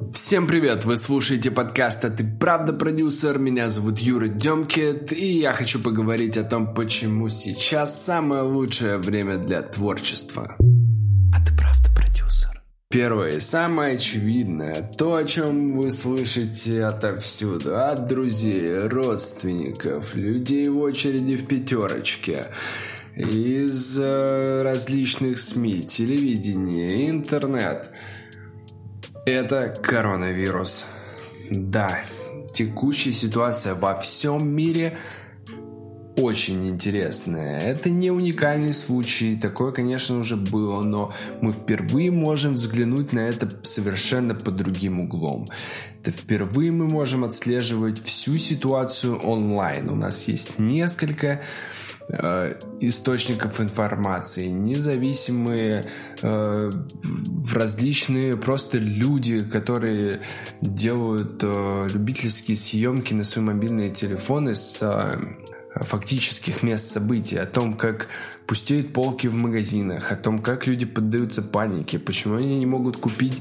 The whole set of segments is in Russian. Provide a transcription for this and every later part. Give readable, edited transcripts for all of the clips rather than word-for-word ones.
Всем привет! Вы слушаете подкаст «А ты правда продюсер?» Меня зовут Юра Демкет, и я хочу поговорить о том, почему сейчас самое лучшее время для творчества. А ты правда продюсер? Первое и самое очевидное, то, о чем вы слышите отовсюду, от друзей, родственников, людей в очереди в пятерочке, из различных СМИ, телевидения, интернет. Это коронавирус. Да, текущая ситуация во всем мире очень интересная. Это не уникальный случай. Такое, конечно, уже было, но мы впервые можем взглянуть на это совершенно под другим углом. Это впервые мы можем отслеживать всю ситуацию онлайн. У нас есть несколько источников информации, независимые, различные просто люди, которые делают любительские съемки на свои мобильные телефоны с фактических мест событий, о том, как пустеют полки в магазинах, о том, как люди поддаются панике, почему они не могут купить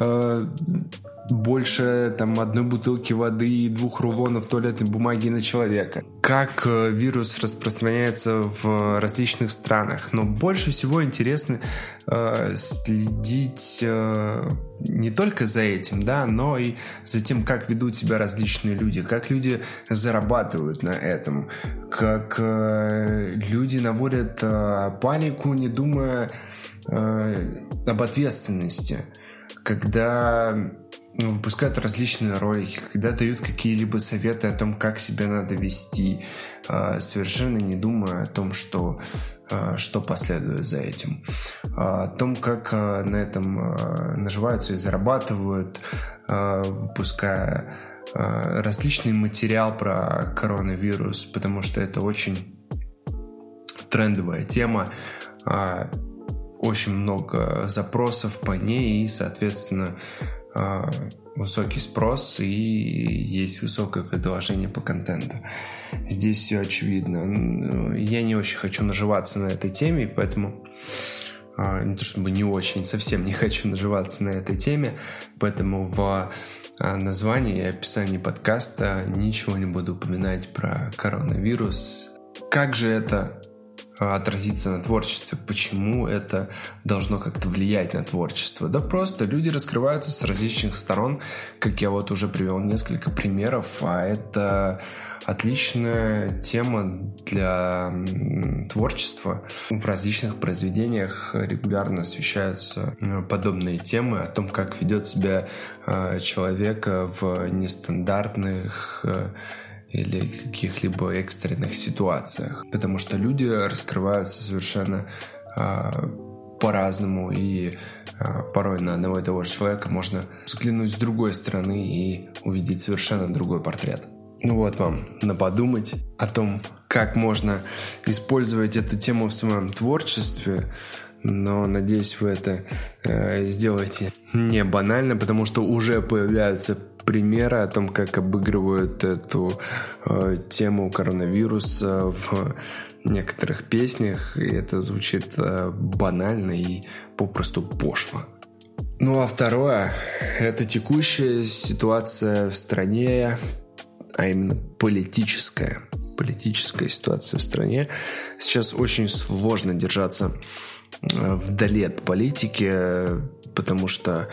больше одной бутылки воды и 2 рулонов туалетной бумаги на человека. Как вирус распространяется в различных странах. Но больше всего интересно следить не только за этим, да, но и за тем, как ведут себя различные люди, как люди зарабатывают на этом, как люди наводят панику, не думая об ответственности, когда выпускают различные ролики, когда дают какие-либо советы о том, как себя надо вести, совершенно не думая о том, что последует за этим, о том, как на этом наживаются и зарабатывают, выпуская различный материал про коронавирус, потому что это очень трендовая тема, очень много запросов по ней и, соответственно, высокий спрос и есть высокое предложение по контенту. Здесь все очевидно. Я не очень хочу наживаться на этой теме, поэтому не то чтобы не очень, совсем не хочу наживаться на этой теме, поэтому в названии и описании подкаста ничего не буду упоминать про коронавирус. Как же это отразиться на творчестве, почему это должно как-то влиять на творчество? Да просто люди раскрываются с различных сторон, как я вот уже привел несколько примеров, а это отличная тема для творчества. В различных произведениях регулярно освещаются подобные темы о том, как ведет себя человек в нестандартных или каких-либо экстренных ситуациях, потому что люди раскрываются совершенно по-разному, и порой на одного и того же человека можно взглянуть с другой стороны и увидеть совершенно другой портрет. Ну вот вам на подумать о том, как можно использовать эту тему в своем творчестве, но надеюсь, вы это сделаете не банально, потому что уже появляются примеры о том, как обыгрывают эту тему коронавируса в некоторых песнях, и это звучит банально и попросту пошло. Ну а второе, это текущая ситуация в стране, а именно политическая ситуация в стране. Сейчас очень сложно держаться вдали от политики, потому что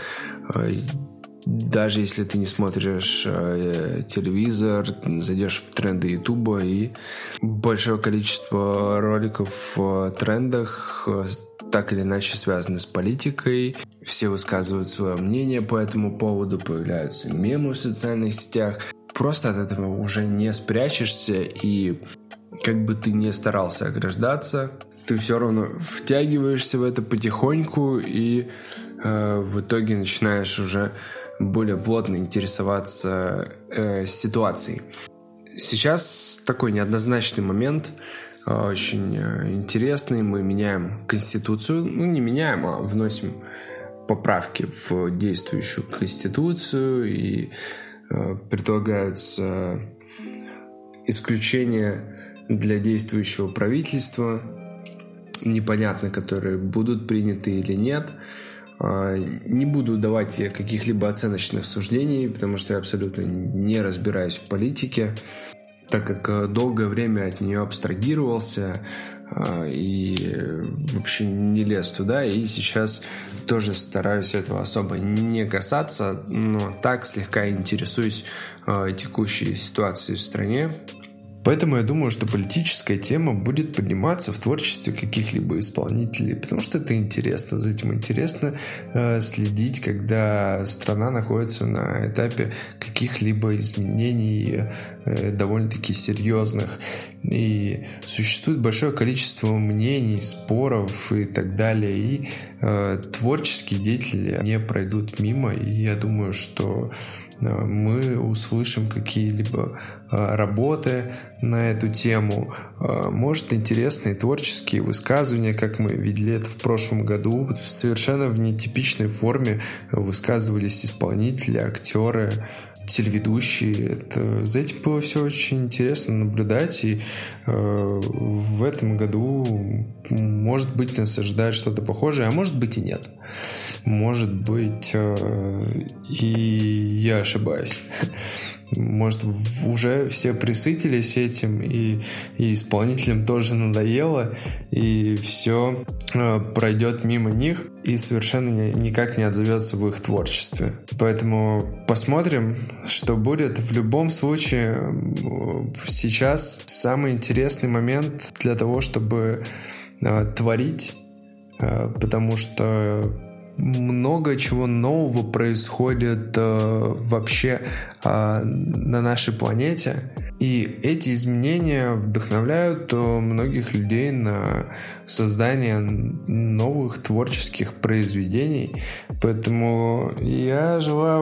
даже если ты не смотришь телевизор, зайдешь в тренды Ютуба, и большое количество роликов в трендах так или иначе связаны с политикой. Все высказывают свое мнение по этому поводу, появляются мемы в социальных сетях. Просто от этого уже не спрячешься, и как бы ты ни старался ограждаться, ты все равно втягиваешься в это потихоньку, и в итоге начинаешь уже более плотно интересоваться ситуацией. Сейчас такой неоднозначный момент, очень интересный. Мы меняем Конституцию. Ну, не меняем, а вносим поправки в действующую Конституцию, и предлагаются исключения для действующего правительства, непонятно, которые будут приняты или нет. Не буду давать каких-либо оценочных суждений, потому что я абсолютно не разбираюсь в политике, так как долгое время от нее абстрагировался и вообще не лез туда, и сейчас тоже стараюсь этого особо не касаться, но так слегка интересуюсь текущей ситуацией в стране. Поэтому я думаю, что политическая тема будет подниматься в творчестве каких-либо исполнителей, потому что это интересно, за этим интересно следить, когда страна находится на этапе каких-либо изменений довольно-таки серьезных. И существует большое количество мнений, споров и так далее, и творческие деятели не пройдут мимо, и я думаю, что мы услышим какие-либо работы на эту тему, может, интересные творческие высказывания, как мы видели это в прошлом году. Совершенно в нетипичной форме высказывались исполнители, актеры, телеведущие. За этим было все очень интересно наблюдать, и в этом году, может быть, нас ожидает что-то похожее, а может быть и нет. Может быть, и я ошибаюсь. Может, уже все присытились этим, и исполнителям тоже надоело, и все пройдет мимо них и совершенно никак не отзовется в их творчестве. Поэтому посмотрим, что будет. В любом случае, сейчас самый интересный момент для того, чтобы творить, потому что много чего нового происходит вообще на нашей планете. И эти изменения вдохновляют многих людей на создание новых творческих произведений. Поэтому я желаю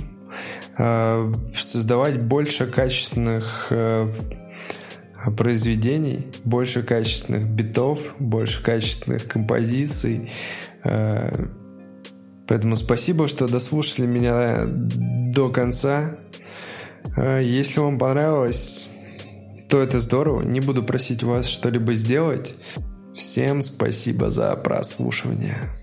вам создавать больше качественных произведений, больше качественных битов, больше качественных композиций. Поэтому спасибо, что дослушали меня до конца. Если вам понравилось, то это здорово. Не буду просить вас что-либо сделать. Всем спасибо за прослушивание.